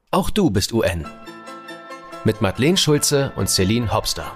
Auch du bist UN. Mit Madeleine Schulze und Celine Hopster.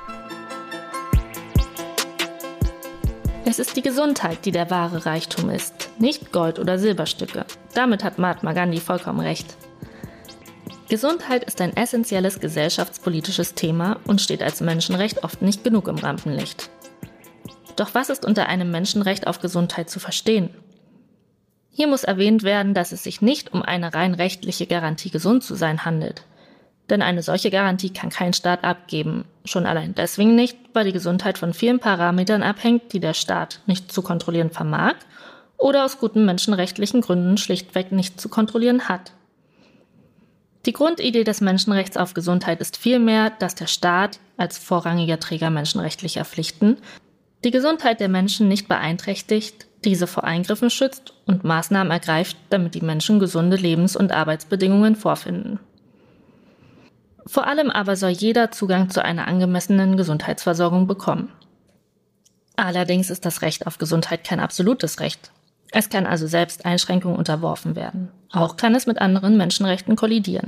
Es ist die Gesundheit, die der wahre Reichtum ist, nicht Gold- oder Silberstücke. Damit hat Mahatma Gandhi vollkommen recht. Gesundheit ist ein essentielles gesellschaftspolitisches Thema und steht als Menschenrecht oft nicht genug im Rampenlicht. Doch was ist unter einem Menschenrecht auf Gesundheit zu verstehen? Hier muss erwähnt werden, dass es sich nicht um eine rein rechtliche Garantie, gesund zu sein, handelt. Denn eine solche Garantie kann kein Staat abgeben. Schon allein deswegen nicht, weil die Gesundheit von vielen Parametern abhängt, die der Staat nicht zu kontrollieren vermag oder aus guten menschenrechtlichen Gründen schlichtweg nicht zu kontrollieren hat. Die Grundidee des Menschenrechts auf Gesundheit ist vielmehr, dass der Staat als vorrangiger Träger menschenrechtlicher Pflichten die Gesundheit der Menschen nicht beeinträchtigt, diese vor Eingriffen schützt und Maßnahmen ergreift, damit die Menschen gesunde Lebens- und Arbeitsbedingungen vorfinden. Vor allem aber soll jeder Zugang zu einer angemessenen Gesundheitsversorgung bekommen. Allerdings ist das Recht auf Gesundheit kein absolutes Recht. Es kann also selbst Einschränkungen unterworfen werden. Auch kann es mit anderen Menschenrechten kollidieren.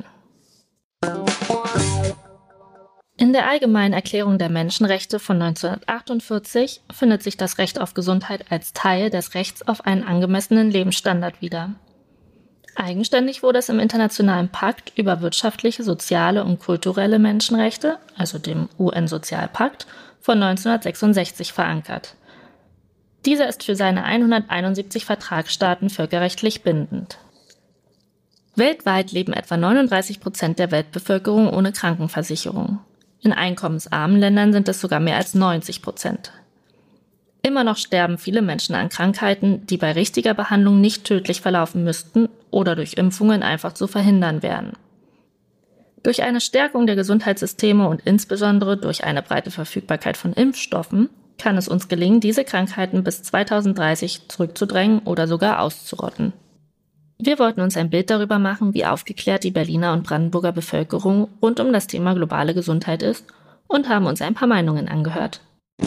In der Allgemeinen Erklärung der Menschenrechte von 1948 findet sich das Recht auf Gesundheit als Teil des Rechts auf einen angemessenen Lebensstandard wieder. Eigenständig wurde es im Internationalen Pakt über wirtschaftliche, soziale und kulturelle Menschenrechte, also dem UN-Sozialpakt, von 1966 verankert. Dieser ist für seine 171 Vertragsstaaten völkerrechtlich bindend. Weltweit leben etwa 39% der Weltbevölkerung ohne Krankenversicherung. In einkommensarmen Ländern sind es sogar mehr als 90%. Immer noch sterben viele Menschen an Krankheiten, die bei richtiger Behandlung nicht tödlich verlaufen müssten oder durch Impfungen einfach zu verhindern wären. Durch eine Stärkung der Gesundheitssysteme und insbesondere durch eine breite Verfügbarkeit von Impfstoffen kann es uns gelingen, diese Krankheiten bis 2030 zurückzudrängen oder sogar auszurotten. Wir wollten uns ein Bild darüber machen, wie aufgeklärt die Berliner und Brandenburger Bevölkerung rund um das Thema globale Gesundheit ist und haben uns ein paar Meinungen angehört.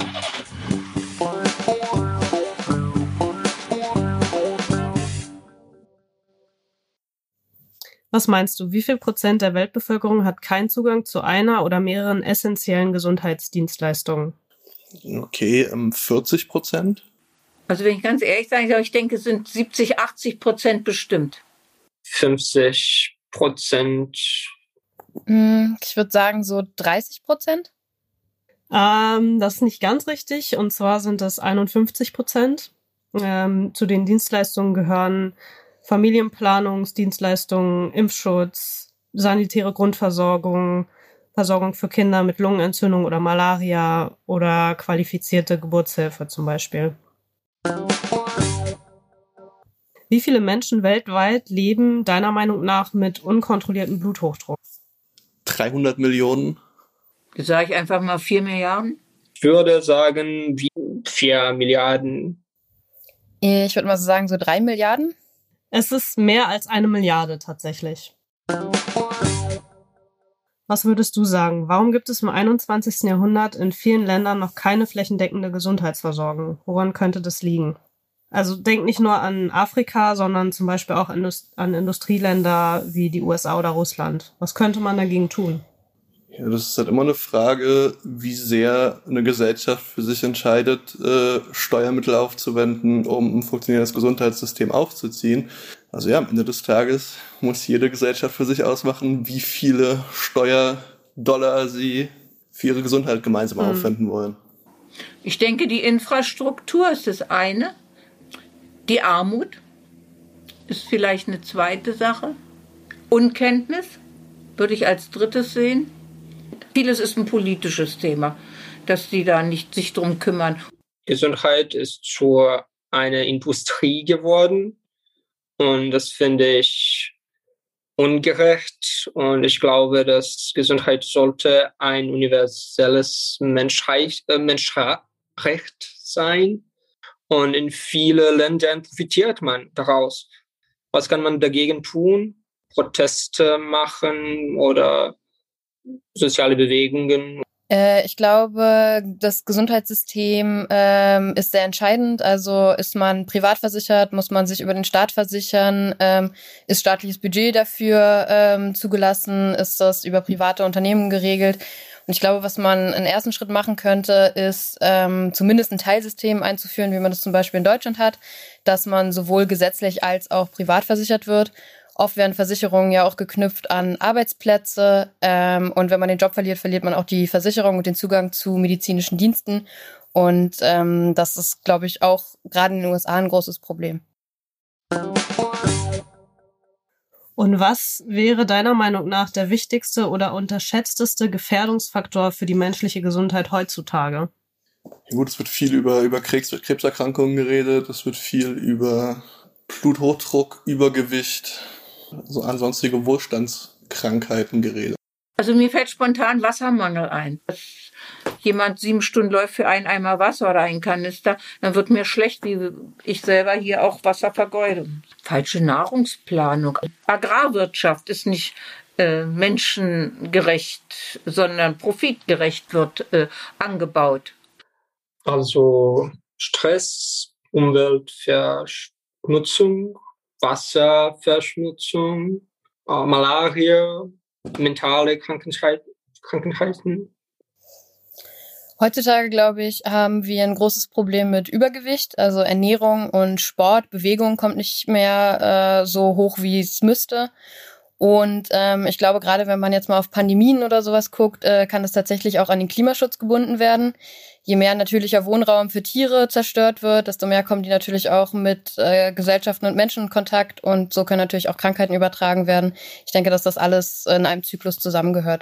Was meinst du, wie viel Prozent der Weltbevölkerung hat keinen Zugang zu einer oder mehreren essentiellen Gesundheitsdienstleistungen? Okay, 40%? Also wenn ich ganz ehrlich sage, ich denke, es sind 70-80% bestimmt. 50%. Ich würde sagen so 30%. Das ist nicht ganz richtig. Und zwar sind das 51%. Zu den Dienstleistungen gehören Familienplanungsdienstleistungen, Impfschutz, sanitäre Grundversorgung, Versorgung für Kinder mit Lungenentzündung oder Malaria oder qualifizierte Geburtshilfe zum Beispiel. Wie viele Menschen weltweit leben deiner Meinung nach mit unkontrolliertem Bluthochdruck? 300 Millionen. Das sage ich einfach mal 4 Milliarden. Ich würde sagen 4 Milliarden. Ich würde mal so sagen so 3 Milliarden. Es ist mehr als 1 Milliarde tatsächlich. Was würdest du sagen? Warum gibt es im 21. Jahrhundert in vielen Ländern noch keine flächendeckende Gesundheitsversorgung? Woran könnte das liegen? Also denk nicht nur an Afrika, sondern zum Beispiel auch an Industrieländer wie die USA oder Russland. Was könnte man dagegen tun? Ja, das ist halt immer eine Frage, wie sehr eine Gesellschaft für sich entscheidet, Steuermittel aufzuwenden, um ein funktionierendes Gesundheitssystem aufzuziehen. Also ja, am Ende des Tages muss jede Gesellschaft für sich ausmachen, wie viele Steuerdollar sie für ihre Gesundheit gemeinsam aufwenden wollen. Ich denke, die Infrastruktur ist das eine. Die Armut ist vielleicht eine zweite Sache. Unkenntnis würde ich als drittes sehen. Vieles ist ein politisches Thema, dass die da nicht sich drum kümmern. Gesundheit ist zu einer Industrie geworden und das finde ich ungerecht und ich glaube, dass Gesundheit sollte ein universelles Menschenrecht sein und in vielen Ländern profitiert man daraus. Was kann man dagegen tun? Proteste machen oder soziale Bewegungen. Ich glaube, das Gesundheitssystem ist sehr entscheidend. Also ist man privat versichert, muss man sich über den Staat versichern, ist staatliches Budget dafür zugelassen, ist das über private Unternehmen geregelt. Und ich glaube, was man einen ersten Schritt machen könnte, ist zumindest ein Teilsystem einzuführen, wie man das zum Beispiel in Deutschland hat, dass man sowohl gesetzlich als auch privat versichert wird. Oft werden Versicherungen ja auch geknüpft an Arbeitsplätze und wenn man den Job verliert, verliert man auch die Versicherung und den Zugang zu medizinischen Diensten. Und das ist, glaube ich, auch gerade in den USA ein großes Problem. Und was wäre deiner Meinung nach der wichtigste oder unterschätzteste Gefährdungsfaktor für die menschliche Gesundheit heutzutage? Ja gut, es wird viel über Krebserkrankungen geredet, es wird viel über Bluthochdruck, Übergewicht, also ansonstige Wohlstandskrankheiten geredet. Also mir fällt spontan Wassermangel ein. Dass jemand 7 Stunden läuft für einen Eimer Wasser oder einen Kanister, dann wird mir schlecht, wie ich selber hier auch Wasser vergeude. Falsche Nahrungsplanung. Agrarwirtschaft ist nicht menschengerecht, sondern profitgerecht wird angebaut. Also Stress, Umweltverschmutzung, Wasserverschmutzung, Malaria, mentale Krankheiten. Heutzutage, glaube ich, haben wir ein großes Problem mit Übergewicht. Also Ernährung und Sport, Bewegung kommt nicht mehr so hoch, wie es müsste. Und ich glaube, gerade wenn man jetzt mal auf Pandemien oder sowas guckt, kann das tatsächlich auch an den Klimaschutz gebunden werden. Je mehr natürlicher Wohnraum für Tiere zerstört wird, desto mehr kommen die natürlich auch mit Gesellschaften und Menschen in Kontakt und so können natürlich auch Krankheiten übertragen werden. Ich denke, dass das alles in einem Zyklus zusammengehört.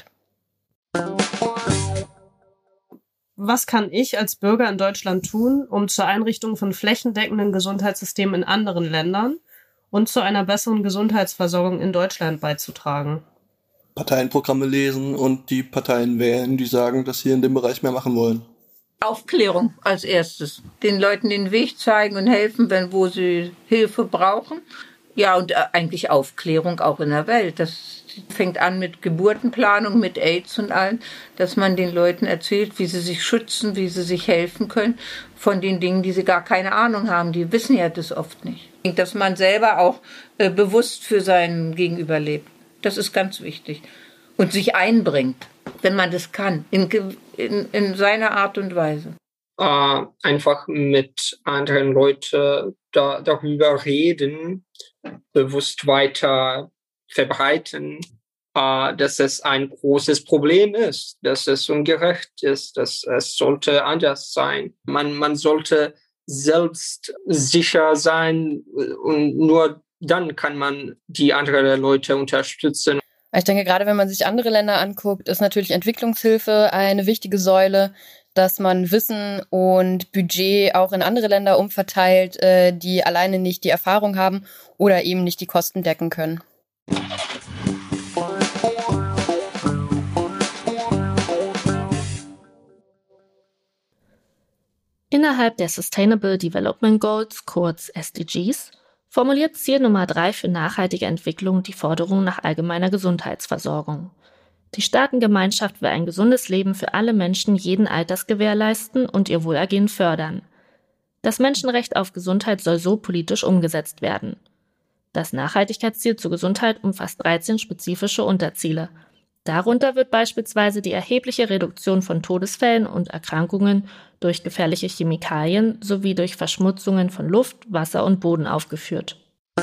Was kann ich als Bürger in Deutschland tun, um zur Einrichtung von flächendeckenden Gesundheitssystemen in anderen Ländern und zu einer besseren Gesundheitsversorgung in Deutschland beizutragen? Parteienprogramme lesen und die Parteien wählen, die sagen, dass sie in dem Bereich mehr machen wollen. Aufklärung als erstes. Den Leuten den Weg zeigen und helfen, wo sie Hilfe brauchen. Ja, und eigentlich Aufklärung auch in der Welt. Das fängt an mit Geburtenplanung, mit AIDS und allem, dass man den Leuten erzählt, wie sie sich schützen, wie sie sich helfen können von den Dingen, die sie gar keine Ahnung haben. Die wissen ja das oft nicht. Dass man selber auch bewusst für sein Gegenüber lebt. Das ist ganz wichtig. Und sich einbringt, wenn man das kann, in seiner Art und Weise. Einfach mit anderen Leuten darüber reden, bewusst weiter verbreiten, dass es ein großes Problem ist, dass es ungerecht ist, dass es sollte anders sein. Man sollte selbst sicher sein und nur dann kann man die anderen Leute unterstützen. Ich denke, gerade wenn man sich andere Länder anguckt, ist natürlich Entwicklungshilfe eine wichtige Säule, dass man Wissen und Budget auch in andere Länder umverteilt, die alleine nicht die Erfahrung haben oder eben nicht die Kosten decken können. Innerhalb der Sustainable Development Goals, kurz SDGs, formuliert Ziel Nummer 3 für nachhaltige Entwicklung die Forderung nach allgemeiner Gesundheitsversorgung. Die Staatengemeinschaft will ein gesundes Leben für alle Menschen jeden Alters gewährleisten und ihr Wohlergehen fördern. Das Menschenrecht auf Gesundheit soll so politisch umgesetzt werden. Das Nachhaltigkeitsziel zur Gesundheit umfasst 13 spezifische Unterziele. Darunter wird beispielsweise die erhebliche Reduktion von Todesfällen und Erkrankungen durch gefährliche Chemikalien sowie durch Verschmutzungen von Luft, Wasser und Boden aufgeführt.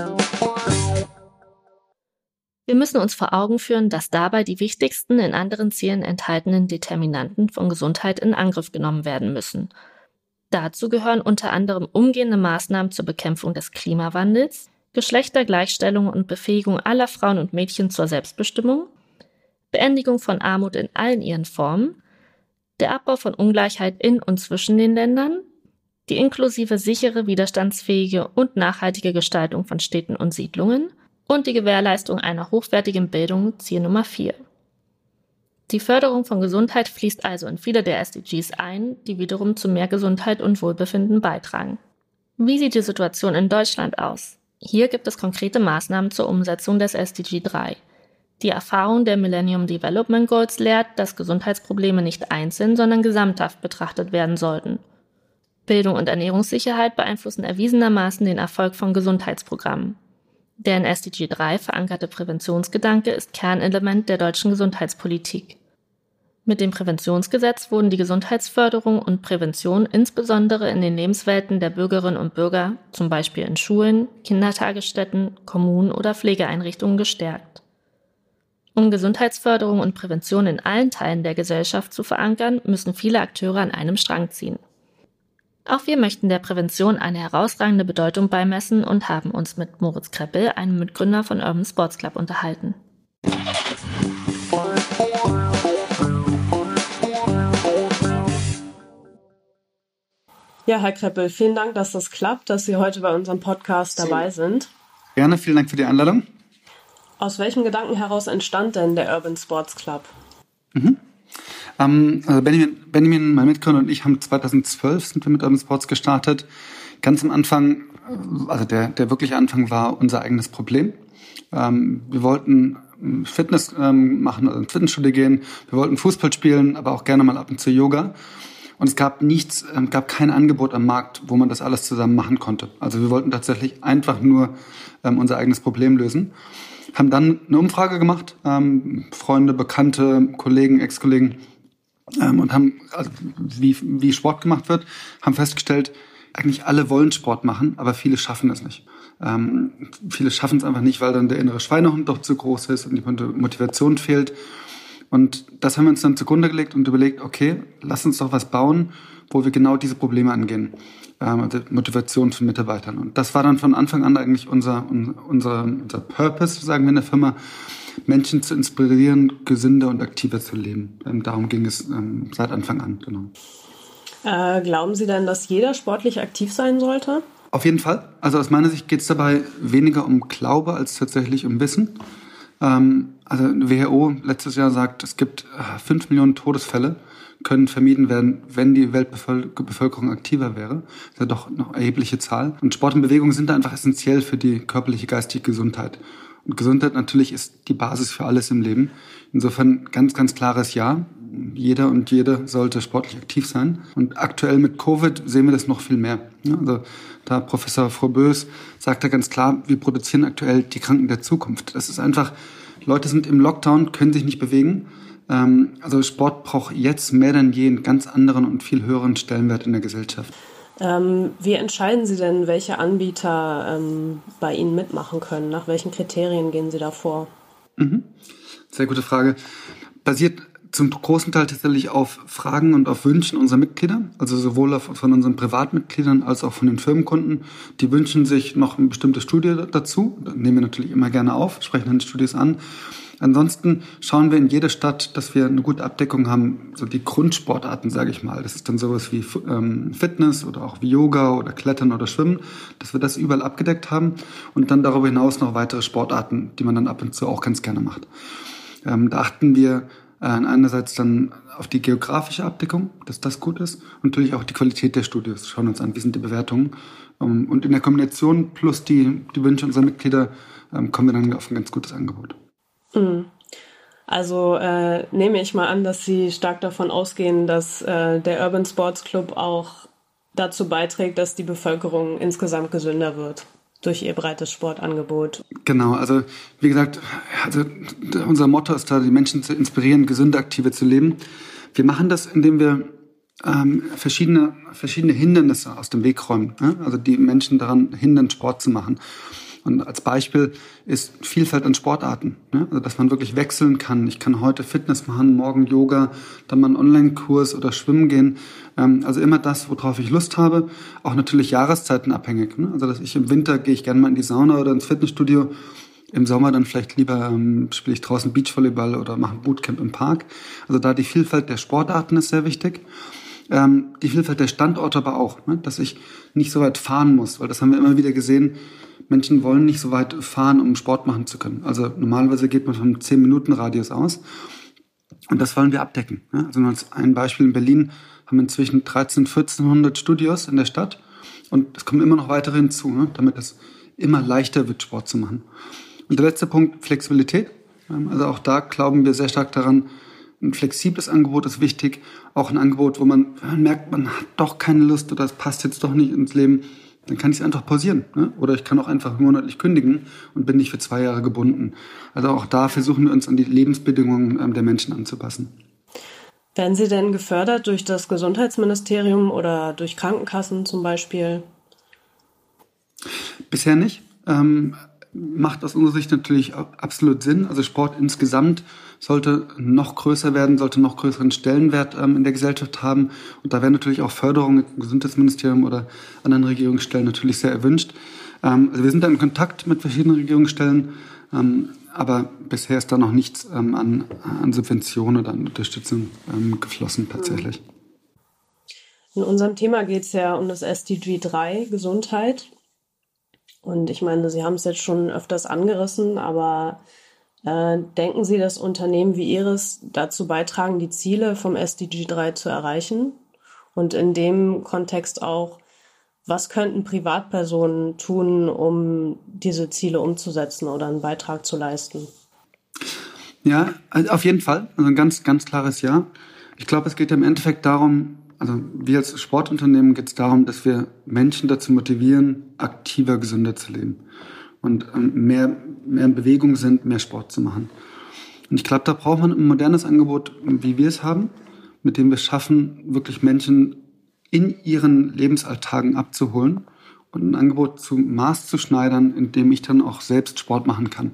Wir müssen uns vor Augen führen, dass dabei die wichtigsten in anderen Zielen enthaltenen Determinanten von Gesundheit in Angriff genommen werden müssen. Dazu gehören unter anderem umgehende Maßnahmen zur Bekämpfung des Klimawandels, Geschlechtergleichstellung und Befähigung aller Frauen und Mädchen zur Selbstbestimmung, Beendigung von Armut in allen ihren Formen, der Abbau von Ungleichheit in und zwischen den Ländern, die inklusive, sichere, widerstandsfähige und nachhaltige Gestaltung von Städten und Siedlungen und die Gewährleistung einer hochwertigen Bildung, Ziel Nummer 4. Die Förderung von Gesundheit fließt also in viele der SDGs ein, die wiederum zu mehr Gesundheit und Wohlbefinden beitragen. Wie sieht die Situation in Deutschland aus? Hier gibt es konkrete Maßnahmen zur Umsetzung des SDG 3. Die Erfahrung der Millennium Development Goals lehrt, dass Gesundheitsprobleme nicht einzeln, sondern gesamthaft betrachtet werden sollten. Bildung und Ernährungssicherheit beeinflussen erwiesenermaßen den Erfolg von Gesundheitsprogrammen. Der in SDG 3 verankerte Präventionsgedanke ist Kernelement der deutschen Gesundheitspolitik. Mit dem Präventionsgesetz wurden die Gesundheitsförderung und Prävention insbesondere in den Lebenswelten der Bürgerinnen und Bürger, zum Beispiel in Schulen, Kindertagesstätten, Kommunen oder Pflegeeinrichtungen, gestärkt. Um Gesundheitsförderung und Prävention in allen Teilen der Gesellschaft zu verankern, müssen viele Akteure an einem Strang ziehen. Auch wir möchten der Prävention eine herausragende Bedeutung beimessen und haben uns mit Moritz Kreppel, einem Mitgründer von Urban Sports Club, unterhalten. Ja, Herr Kreppel, vielen Dank, dass das klappt, dass Sie heute bei unserem Podcast dabei sind. Gerne, vielen Dank für die Einladung. Aus welchem Gedanken heraus entstand denn der Urban Sports Club? Also Benjamin, mein Mitgründer und ich haben 2012 sind wir mit Urban Sports gestartet. Ganz am Anfang, also der wirkliche Anfang war unser eigenes Problem. Wir wollten Fitness machen, also ins Fitnessstudio gehen. Wir wollten Fußball spielen, aber auch gerne mal ab und zu Yoga. Und es gab kein Angebot am Markt, wo man das alles zusammen machen konnte. Also wir wollten tatsächlich einfach nur unser eigenes Problem lösen. Haben dann eine Umfrage gemacht, Freunde, Bekannte, Kollegen, Ex-Kollegen, und haben, also wie Sport gemacht wird, haben festgestellt, eigentlich alle wollen Sport machen, aber viele schaffen es nicht. Viele schaffen es einfach nicht, weil dann der innere Schweinehund doch zu groß ist und die Motivation fehlt. Und das haben wir uns dann zugrunde gelegt und überlegt, okay, lass uns doch was bauen, wo wir genau diese Probleme angehen. Die Motivation von Mitarbeitern. Und das war dann von Anfang an eigentlich unser Purpose, sagen wir in der Firma, Menschen zu inspirieren, gesünder und aktiver zu leben. Darum ging es seit Anfang an, genau. Glauben Sie denn, dass jeder sportlich aktiv sein sollte? Auf jeden Fall. Also aus meiner Sicht geht es dabei weniger um Glaube als tatsächlich um Wissen. Also WHO letztes Jahr sagt, es gibt 5 Millionen Todesfälle, können vermieden werden, wenn die Weltbevölkerung aktiver wäre. Das ist ja doch noch eine erhebliche Zahl. Und Sport und Bewegung sind da einfach essentiell für die körperliche, geistige Gesundheit. Und Gesundheit natürlich ist die Basis für alles im Leben. Insofern ganz, ganz klares Ja. Jeder und jede sollte sportlich aktiv sein. Und aktuell mit Covid sehen wir das noch viel mehr. Also da Professor Froboess sagte ganz klar, wir produzieren aktuell die Kranken der Zukunft. Das ist einfach, Leute sind im Lockdown, können sich nicht bewegen. Also Sport braucht jetzt mehr denn je einen ganz anderen und viel höheren Stellenwert in der Gesellschaft. Wie entscheiden Sie denn, welche Anbieter bei Ihnen mitmachen können? Nach welchen Kriterien gehen Sie da vor? Sehr gute Frage. Basiert zum großen Teil tatsächlich auf Fragen und auf Wünschen unserer Mitglieder, also sowohl von unseren Privatmitgliedern als auch von den Firmenkunden. Die wünschen sich noch ein bestimmtes Studio dazu. Das nehmen wir natürlich immer gerne auf, sprechen dann die Studios an. Ansonsten schauen wir in jeder Stadt, dass wir eine gute Abdeckung haben, so die Grundsportarten, sage ich mal. Das ist dann sowas wie Fitness oder auch wie Yoga oder Klettern oder Schwimmen, dass wir das überall abgedeckt haben und dann darüber hinaus noch weitere Sportarten, die man dann ab und zu auch ganz gerne macht. Da achten wir einerseits dann auf die geografische Abdeckung, dass das gut ist, und natürlich auch die Qualität der Studios. Schauen uns an, wie sind die Bewertungen. Und in der Kombination plus die Wünsche unserer Mitglieder kommen wir dann auf ein ganz gutes Angebot. Also nehme ich mal an, dass Sie stark davon ausgehen, dass der Urban Sports Club auch dazu beiträgt, dass die Bevölkerung insgesamt gesünder wird durch ihr breites Sportangebot. Genau, also wie gesagt, unser Motto ist da, die Menschen zu inspirieren, gesünder, aktiver zu leben. Wir machen das, indem wir verschiedene Hindernisse aus dem Weg räumen, also die Menschen daran hindern, Sport zu machen. Und als Beispiel ist Vielfalt an Sportarten, also dass man wirklich wechseln kann. Ich kann heute Fitness machen, morgen Yoga, dann mal einen Online-Kurs oder schwimmen gehen. Also immer das, worauf ich Lust habe, auch natürlich jahreszeitenabhängig. Also dass ich im Winter gehe ich gerne mal in die Sauna oder ins Fitnessstudio, im Sommer dann vielleicht lieber spiele ich draußen Beachvolleyball oder mache ein Bootcamp im Park. Also da die Vielfalt der Sportarten ist sehr wichtig. Die Vielfalt der Standorte aber auch, dass ich nicht so weit fahren muss, weil das haben wir immer wieder gesehen. Menschen wollen nicht so weit fahren, um Sport machen zu können. Also normalerweise geht man von 10-Minuten-Radius aus. Und das wollen wir abdecken. Also nur als ein Beispiel, in Berlin haben wir inzwischen 1.400 Studios in der Stadt. Und es kommen immer noch weitere hinzu, damit es immer leichter wird, Sport zu machen. Und der letzte Punkt, Flexibilität. Also auch da glauben wir sehr stark daran, ein flexibles Angebot ist wichtig, auch ein Angebot, wo man merkt, man hat doch keine Lust oder es passt jetzt doch nicht ins Leben, dann kann ich es einfach pausieren. Ne? Oder ich kann auch einfach monatlich kündigen und bin nicht für 2 Jahre gebunden. Also auch da versuchen wir uns an die Lebensbedingungen der Menschen anzupassen. Werden Sie denn gefördert durch das Gesundheitsministerium oder durch Krankenkassen zum Beispiel? Bisher nicht. Macht aus unserer Sicht natürlich absolut Sinn. Also Sport insgesamt sollte noch größer werden, sollte noch größeren Stellenwert in der Gesellschaft haben. Und da wäre natürlich auch Förderung im Gesundheitsministerium oder anderen Regierungsstellen natürlich sehr erwünscht. Also wir sind da in Kontakt mit verschiedenen Regierungsstellen, aber bisher ist da noch nichts an Subventionen oder an Unterstützung geflossen tatsächlich. In unserem Thema geht es ja um das SDG 3, Gesundheit. Und ich meine, Sie haben es jetzt schon öfters angerissen, aber denken Sie, dass Unternehmen wie Ihres dazu beitragen, die Ziele vom SDG 3 zu erreichen? Und in dem Kontext auch, was könnten Privatpersonen tun, um diese Ziele umzusetzen oder einen Beitrag zu leisten? Ja, also auf jeden Fall. Also ein ganz, ganz klares Ja. Ich glaube, es geht im Endeffekt darum, also wir als Sportunternehmen geht es darum, dass wir Menschen dazu motivieren, aktiver, gesünder zu leben und mehr in Bewegung sind, mehr Sport zu machen. Und ich glaube, da braucht man ein modernes Angebot, wie wir es haben, mit dem wir es schaffen, wirklich Menschen in ihren Lebensalltagen abzuholen und ein Angebot zu Maß zu schneidern, in dem ich dann auch selbst Sport machen kann.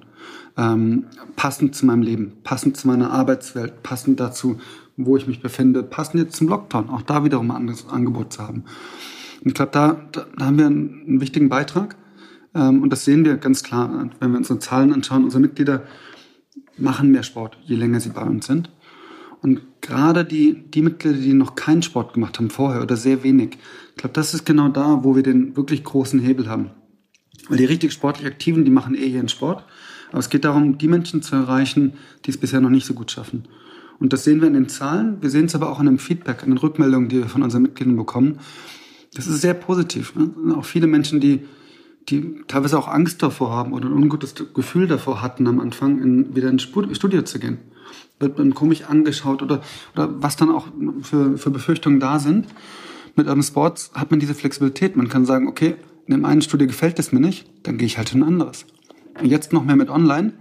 Passend zu meinem Leben, passend zu meiner Arbeitswelt, passend dazu, wo ich mich befinde, passend jetzt zum Lockdown, auch da wiederum ein anderes Angebot zu haben. Und ich glaube, da haben wir einen wichtigen Beitrag. Und das sehen wir ganz klar, wenn wir unsere Zahlen anschauen. Unsere Mitglieder machen mehr Sport, je länger sie bei uns sind. Und gerade die Mitglieder, die noch keinen Sport gemacht haben vorher oder sehr wenig, ich glaube, das ist genau da, wo wir den wirklich großen Hebel haben. Weil die richtig sportlich Aktiven, die machen ihren Sport. Aber es geht darum, die Menschen zu erreichen, die es bisher noch nicht so gut schaffen. Und das sehen wir in den Zahlen. Wir sehen es aber auch in dem Feedback, in den Rückmeldungen, die wir von unseren Mitgliedern bekommen. Das ist sehr positiv. Ne? Auch viele Menschen, die teilweise auch Angst davor haben oder ein ungutes Gefühl davor hatten am Anfang, wieder ins Studio zu gehen. Wird man komisch angeschaut oder was dann auch für Befürchtungen da sind. Mit Urban Sports hat man diese Flexibilität. Man kann sagen, okay, in dem einen Studio gefällt es mir nicht, dann gehe ich halt in ein anderes. Und jetzt noch mehr mit Online.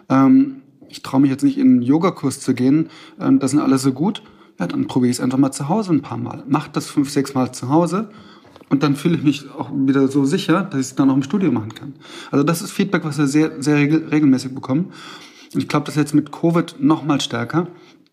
Ich traue mich jetzt nicht in einen Yogakurs zu gehen, das sind alle so gut. Ja, dann probiere ich es einfach mal zu Hause ein paar Mal. Mach das 5, 6 Mal zu Hause. Und dann fühle ich mich auch wieder so sicher, dass ich es dann auch im Studio machen kann. Also das ist Feedback, was wir sehr, sehr regelmäßig bekommen. Und ich glaube, das ist jetzt mit Covid noch mal stärker.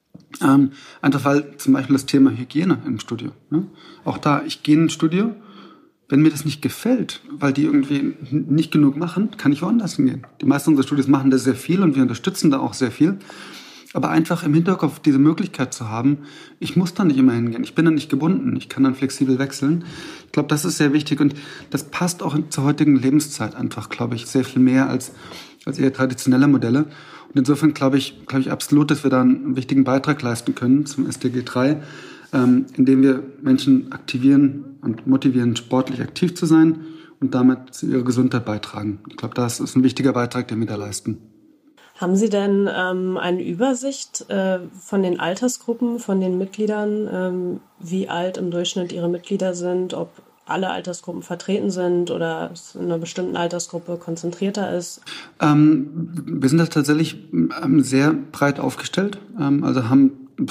Einfach weil zum Beispiel das Thema Hygiene im Studio. Ne? Auch da, ich gehe ins Studio, wenn mir das nicht gefällt, weil die irgendwie nicht genug machen, kann ich woanders hingehen. Die meisten unserer Studios machen da sehr viel und wir unterstützen da auch sehr viel. Aber einfach im Hinterkopf diese Möglichkeit zu haben, ich muss da nicht immer hingehen, ich bin da nicht gebunden, ich kann dann flexibel wechseln. Ich glaube, das ist sehr wichtig und das passt auch zur heutigen Lebenszeit einfach, glaube ich, sehr viel mehr als eher traditionelle Modelle. Und insofern glaube ich absolut, dass wir da einen wichtigen Beitrag leisten können zum SDG 3, indem wir Menschen aktivieren und motivieren, sportlich aktiv zu sein und damit zu ihrer Gesundheit beitragen. Ich glaube, das ist ein wichtiger Beitrag, den wir da leisten. Haben Sie denn eine Übersicht von den Altersgruppen, von den Mitgliedern, wie alt im Durchschnitt Ihre Mitglieder sind, ob alle Altersgruppen vertreten sind oder es in einer bestimmten Altersgruppe konzentrierter ist? Wir sind da tatsächlich sehr breit aufgestellt, also haben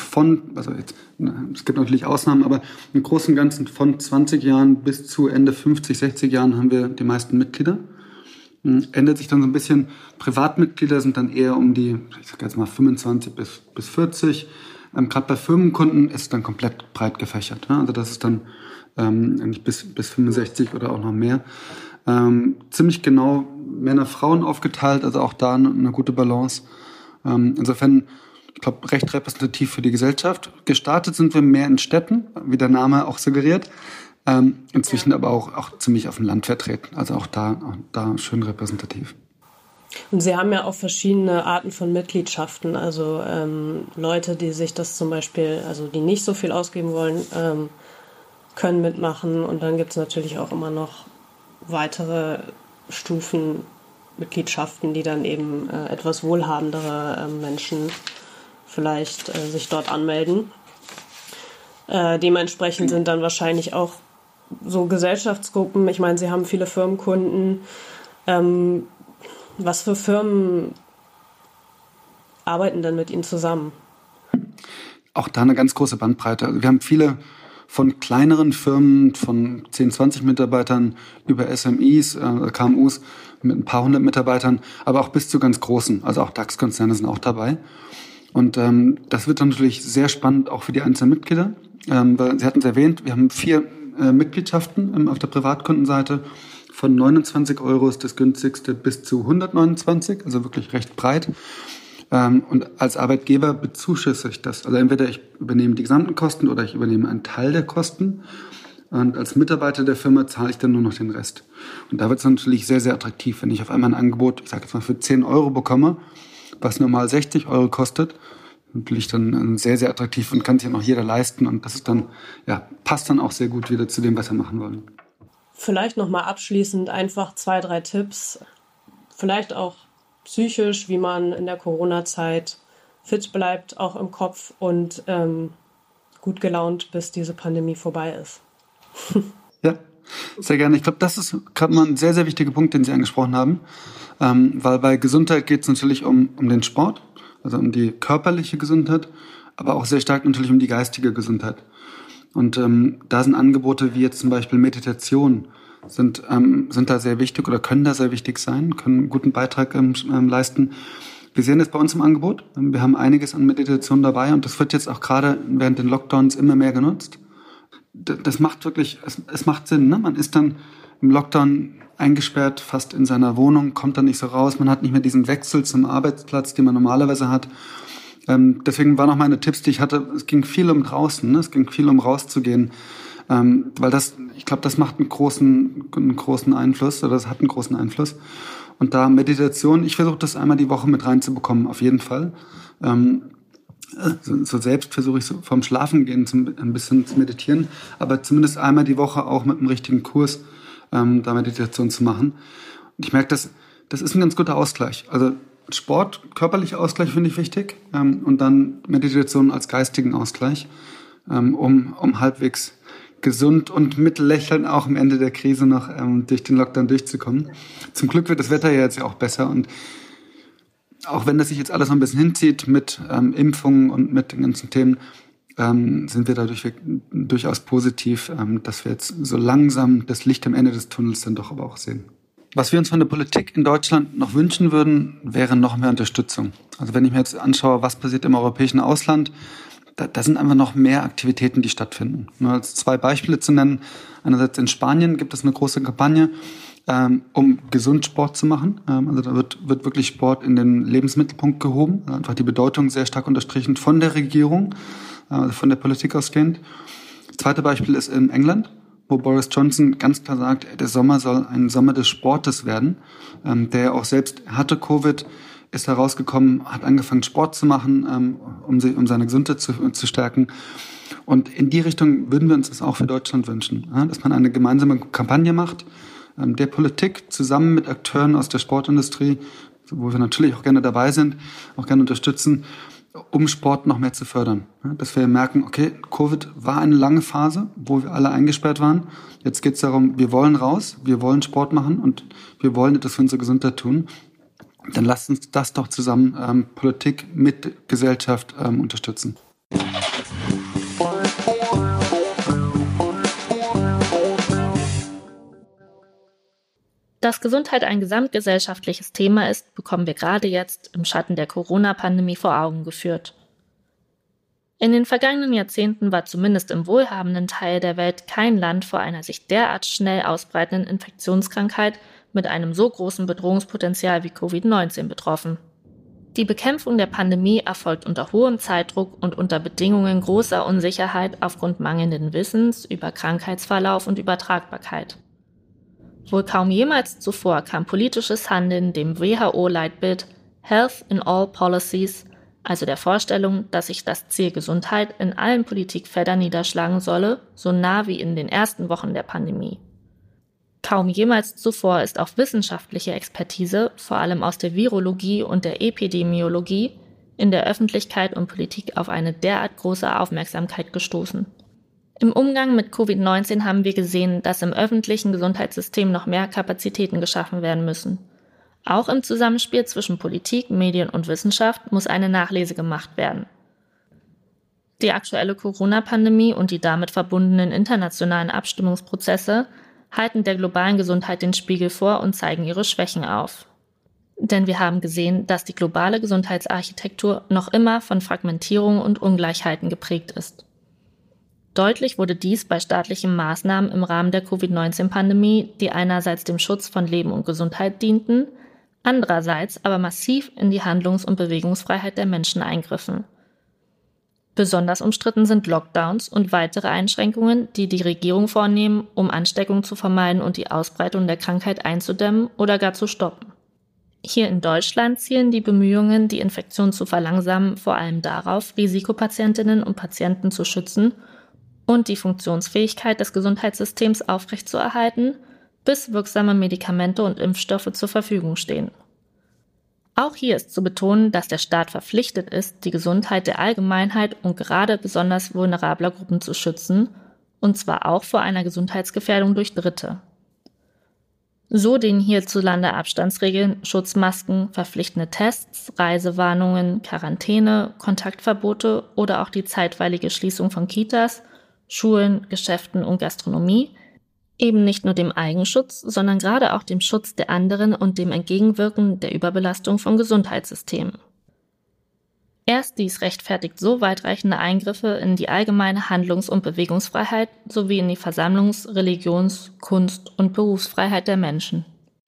es gibt natürlich Ausnahmen, aber im Großen und Ganzen von 20 Jahren bis zu Ende 50, 60 Jahren haben wir die meisten Mitglieder. Ändert sich dann so ein bisschen. Privatmitglieder sind dann eher um die, ich sag jetzt mal 25 bis 40. Gerade bei Firmenkunden ist es dann komplett breit gefächert. Ne? Also das ist dann eigentlich bis 65 oder auch noch mehr. Ziemlich genau Männer, Frauen aufgeteilt, also auch da eine gute Balance. Insofern, ich glaube, recht repräsentativ für die Gesellschaft. Gestartet sind wir mehr in Städten, wie der Name auch suggeriert. Inzwischen aber auch ziemlich auf dem Land vertreten. Also auch da schön repräsentativ. Und Sie haben ja auch verschiedene Arten von Mitgliedschaften. Also Leute, die sich das zum Beispiel, also die nicht so viel ausgeben wollen, können mitmachen. Und dann gibt es natürlich auch immer noch weitere Stufen, Mitgliedschaften, die dann eben etwas wohlhabendere Menschen vielleicht sich dort anmelden. Dementsprechend sind dann wahrscheinlich auch so Gesellschaftsgruppen, ich meine, Sie haben viele Firmenkunden. Was für Firmen arbeiten denn mit Ihnen zusammen? Auch da eine ganz große Bandbreite. Also wir haben viele von kleineren Firmen, von 10, 20 Mitarbeitern über SMEs, KMUs mit ein paar hundert Mitarbeitern, aber auch bis zu ganz großen, also auch DAX-Konzerne sind auch dabei. Und das wird dann natürlich sehr spannend auch für die einzelnen Mitglieder. Weil Sie hatten es erwähnt, wir haben 4 Mitgliedschaften auf der Privatkundenseite. Von 29 € ist das günstigste bis zu 129, also wirklich recht breit. Und als Arbeitgeber bezuschusse ich das. Also entweder ich übernehme die gesamten Kosten oder ich übernehme einen Teil der Kosten. Und als Mitarbeiter der Firma zahle ich dann nur noch den Rest. Und da wird es natürlich sehr, sehr attraktiv, wenn ich auf einmal ein Angebot, ich sage jetzt mal für 10 € bekomme, was normal 60 € kostet. Natürlich dann sehr, sehr attraktiv und kann sich dann auch jeder leisten. Und das ist dann, ja, passt dann auch sehr gut wieder zu dem, was wir machen wollen. Vielleicht nochmal abschließend einfach 2, 3 Tipps. Vielleicht auch psychisch, wie man in der Corona-Zeit fit bleibt, auch im Kopf und gut gelaunt, bis diese Pandemie vorbei ist. Ja, sehr gerne. Ich glaube, das ist gerade mal ein sehr, sehr wichtiger Punkt, den Sie angesprochen haben. Weil bei Gesundheit geht es natürlich um den Sport, also um die körperliche Gesundheit, aber auch sehr stark natürlich um die geistige Gesundheit. Und da sind Angebote wie jetzt zum Beispiel Meditation sind da sehr wichtig oder können da sehr wichtig sein, können einen guten Beitrag leisten. Wir sehen das bei uns im Angebot. Wir haben einiges an Meditation dabei und das wird jetzt auch gerade während den Lockdowns immer mehr genutzt. Das macht wirklich, es macht Sinn, ne? Man ist dann im Lockdown eingesperrt, fast in seiner Wohnung, kommt dann nicht so raus, man hat nicht mehr diesen Wechsel zum Arbeitsplatz, den man normalerweise hat. Deswegen waren auch meine Tipps, die ich hatte, es ging viel um draußen, ne? Es ging viel um rauszugehen, weil ich glaube, das macht einen großen Einfluss, oder das hat einen großen Einfluss. Und da Meditation, ich versuche das einmal die Woche mit reinzubekommen, auf jeden Fall. So selbst versuche ich so vom Schlafengehen ein bisschen zu meditieren, aber zumindest einmal die Woche auch mit einem richtigen Kurs da Meditation zu machen. Und ich merke, das ist ein ganz guter Ausgleich. Also Sport, körperlicher Ausgleich finde ich wichtig und dann Meditation als geistigen Ausgleich, um halbwegs gesund und mit Lächeln auch am Ende der Krise noch durch den Lockdown durchzukommen. Zum Glück wird das Wetter ja jetzt ja auch besser und auch wenn das sich jetzt alles noch ein bisschen hinzieht mit Impfungen und mit den ganzen Themen, sind wir dadurch durchaus positiv, dass wir jetzt so langsam das Licht am Ende des Tunnels dann doch aber auch sehen. Was wir uns von der Politik in Deutschland noch wünschen würden, wäre noch mehr Unterstützung. Also wenn ich mir jetzt anschaue, was passiert im europäischen Ausland, da sind einfach noch mehr Aktivitäten, die stattfinden. Nur als 2 Beispiele zu nennen. Einerseits in Spanien gibt es eine große Kampagne, um gesund Sport zu machen. Also da wird wirklich Sport in den Lebensmittelpunkt gehoben. Einfach die Bedeutung sehr stark unterstrichen von der Regierung, also von der Politik ausgehend. Das zweite Beispiel ist in England, wo Boris Johnson ganz klar sagt, der Sommer soll ein Sommer des Sportes werden. Der auch selbst hatte Covid, ist da rausgekommen, hat angefangen Sport zu machen, um seine Gesundheit zu stärken. Und in die Richtung würden wir uns das auch für Deutschland wünschen, dass man eine gemeinsame Kampagne macht, der Politik zusammen mit Akteuren aus der Sportindustrie, wo wir natürlich auch gerne dabei sind, auch gerne unterstützen, um Sport noch mehr zu fördern. Dass wir merken, okay, Covid war eine lange Phase, wo wir alle eingesperrt waren. Jetzt geht es darum, wir wollen raus, wir wollen Sport machen und wir wollen etwas für unsere Gesundheit tun. Dann lasst uns das doch zusammen Politik mit Gesellschaft unterstützen. Dass Gesundheit ein gesamtgesellschaftliches Thema ist, bekommen wir gerade jetzt im Schatten der Corona-Pandemie vor Augen geführt. In den vergangenen Jahrzehnten war zumindest im wohlhabenden Teil der Welt kein Land vor einer sich derart schnell ausbreitenden Infektionskrankheit mit einem so großen Bedrohungspotenzial wie Covid-19 betroffen. Die Bekämpfung der Pandemie erfolgt unter hohem Zeitdruck und unter Bedingungen großer Unsicherheit aufgrund mangelnden Wissens über Krankheitsverlauf und Übertragbarkeit. Wohl kaum jemals zuvor kam politisches Handeln dem WHO-Leitbild Health in All Policies, also der Vorstellung, dass sich das Ziel Gesundheit in allen Politikfeldern niederschlagen solle, so nah wie in den ersten Wochen der Pandemie. Kaum jemals zuvor ist auch wissenschaftliche Expertise, vor allem aus der Virologie und der Epidemiologie, in der Öffentlichkeit und Politik auf eine derart große Aufmerksamkeit gestoßen. Im Umgang mit Covid-19 haben wir gesehen, dass im öffentlichen Gesundheitssystem noch mehr Kapazitäten geschaffen werden müssen. Auch im Zusammenspiel zwischen Politik, Medien und Wissenschaft muss eine Nachlese gemacht werden. Die aktuelle Corona-Pandemie und die damit verbundenen internationalen Abstimmungsprozesse halten der globalen Gesundheit den Spiegel vor und zeigen ihre Schwächen auf. Denn wir haben gesehen, dass die globale Gesundheitsarchitektur noch immer von Fragmentierung und Ungleichheiten geprägt ist. Deutlich wurde dies bei staatlichen Maßnahmen im Rahmen der Covid-19-Pandemie, die einerseits dem Schutz von Leben und Gesundheit dienten, andererseits aber massiv in die Handlungs- und Bewegungsfreiheit der Menschen eingriffen. Besonders umstritten sind Lockdowns und weitere Einschränkungen, die die Regierung vornehmen, um Ansteckung zu vermeiden und die Ausbreitung der Krankheit einzudämmen oder gar zu stoppen. Hier in Deutschland zielen die Bemühungen, die Infektion zu verlangsamen, vor allem darauf, Risikopatientinnen und Patienten zu schützen und die Funktionsfähigkeit des Gesundheitssystems aufrechtzuerhalten, bis wirksame Medikamente und Impfstoffe zur Verfügung stehen. Auch hier ist zu betonen, dass der Staat verpflichtet ist, die Gesundheit der Allgemeinheit und gerade besonders vulnerabler Gruppen zu schützen, und zwar auch vor einer Gesundheitsgefährdung durch Dritte. So dienen hierzulande Abstandsregeln, Schutzmasken, verpflichtende Tests, Reisewarnungen, Quarantäne, Kontaktverbote oder auch die zeitweilige Schließung von Kitas, Schulen, Geschäften und Gastronomie eben nicht nur dem Eigenschutz, sondern gerade auch dem Schutz der anderen und dem Entgegenwirken der Überbelastung von Gesundheitssystemen. Erst dies rechtfertigt so weitreichende Eingriffe in die allgemeine Handlungs- und Bewegungsfreiheit sowie in die Versammlungs-, Religions-, Kunst- und Berufsfreiheit der Menschen.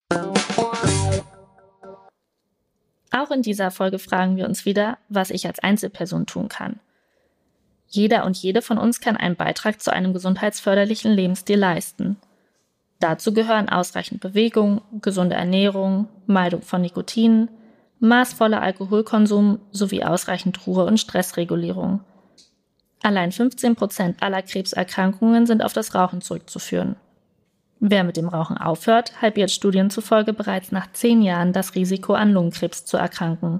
Auch in dieser Folge fragen wir uns wieder, was ich als Einzelperson tun kann. Jeder und jede von uns kann einen Beitrag zu einem gesundheitsförderlichen Lebensstil leisten. Dazu gehören ausreichend Bewegung, gesunde Ernährung, Meidung von Nikotin, maßvoller Alkoholkonsum sowie ausreichend Ruhe- und Stressregulierung. Allein 15% aller Krebserkrankungen sind auf das Rauchen zurückzuführen. Wer mit dem Rauchen aufhört, halbiert Studien zufolge bereits nach 10 Jahren das Risiko, an Lungenkrebs zu erkranken.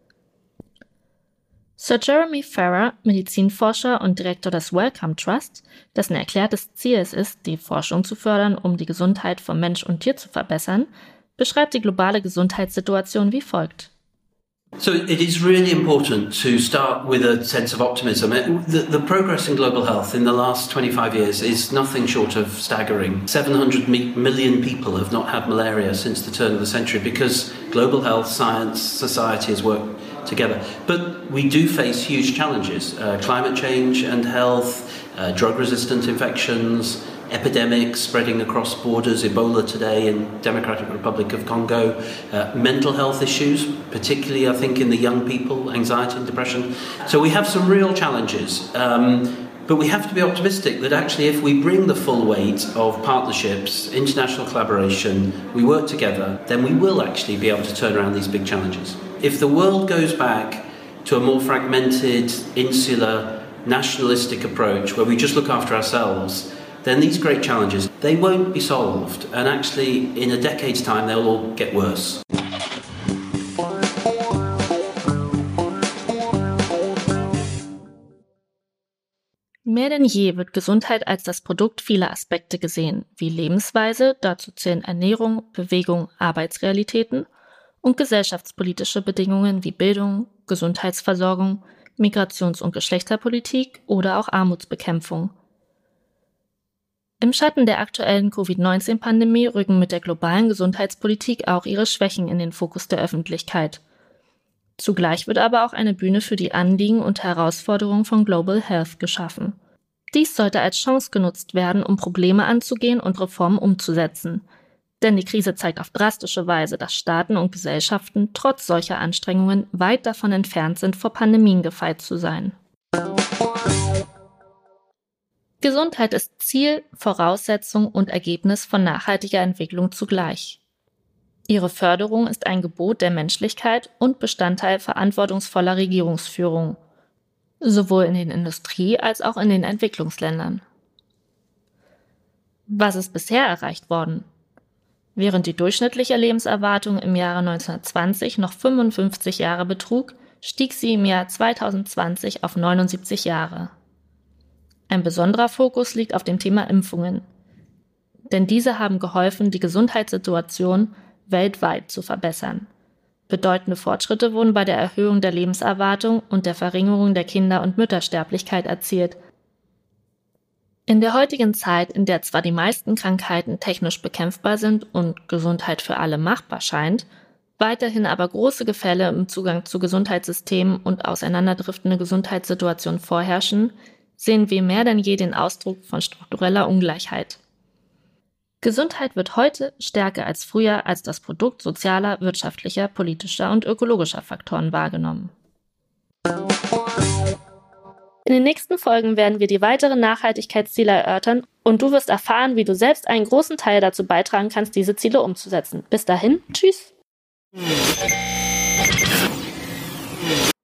Sir Jeremy Farrar, Medizinforscher und Direktor des Wellcome Trust, dessen erklärtes Ziel es ist, die Forschung zu fördern, um die Gesundheit von Mensch und Tier zu verbessern, beschreibt die globale Gesundheitssituation wie folgt. So it is really important to start with a sense of optimism. The progress in global health in the last 25 years is nothing short of staggering. 700 million people have not had malaria since the turn of the century because global health, science, society has worked together. But we do face huge challenges. Climate change and health, drug-resistant infections, epidemics spreading across borders, Ebola today in Democratic Republic of Congo, mental health issues, particularly I think in the young people, anxiety and depression. So we have some real challenges. But we have to be optimistic that actually if we bring the full weight of partnerships, international collaboration, we work together, then we will actually be able to turn around these big challenges. If the world goes back to a more fragmented, insular, nationalistic approach where we just look after ourselves, then these great challenges, they won't be solved. And actually, in a decade's time, they'll all get worse. Mehr denn je wird Gesundheit als das Produkt vieler Aspekte gesehen, wie Lebensweise, dazu zählen Ernährung, Bewegung, Arbeitsrealitäten und gesellschaftspolitische Bedingungen wie Bildung, Gesundheitsversorgung, Migrations- und Geschlechterpolitik oder auch Armutsbekämpfung. Im Schatten der aktuellen Covid-19-Pandemie rücken mit der globalen Gesundheitspolitik auch ihre Schwächen in den Fokus der Öffentlichkeit. Zugleich wird aber auch eine Bühne für die Anliegen und Herausforderungen von Global Health geschaffen. Dies sollte als Chance genutzt werden, um Probleme anzugehen und Reformen umzusetzen. Denn die Krise zeigt auf drastische Weise, dass Staaten und Gesellschaften trotz solcher Anstrengungen weit davon entfernt sind, vor Pandemien gefeit zu sein. Gesundheit ist Ziel, Voraussetzung und Ergebnis von nachhaltiger Entwicklung zugleich. Ihre Förderung ist ein Gebot der Menschlichkeit und Bestandteil verantwortungsvoller Regierungsführung, sowohl in den Industrie- als auch in den Entwicklungsländern. Was ist bisher erreicht worden? Während die durchschnittliche Lebenserwartung im Jahre 1920 noch 55 Jahre betrug, stieg sie im Jahr 2020 auf 79 Jahre. Ein besonderer Fokus liegt auf dem Thema Impfungen. Denn diese haben geholfen, die Gesundheitssituation weltweit zu verbessern. Bedeutende Fortschritte wurden bei der Erhöhung der Lebenserwartung und der Verringerung der Kinder- und Müttersterblichkeit erzielt. In der heutigen Zeit, in der zwar die meisten Krankheiten technisch bekämpfbar sind und Gesundheit für alle machbar scheint, weiterhin aber große Gefälle im Zugang zu Gesundheitssystemen und auseinanderdriftende Gesundheitssituationen vorherrschen, sehen wir mehr denn je den Ausdruck von struktureller Ungleichheit. Gesundheit wird heute stärker als früher als das Produkt sozialer, wirtschaftlicher, politischer und ökologischer Faktoren wahrgenommen. In den nächsten Folgen werden wir die weiteren Nachhaltigkeitsziele erörtern und du wirst erfahren, wie du selbst einen großen Teil dazu beitragen kannst, diese Ziele umzusetzen. Bis dahin, tschüss!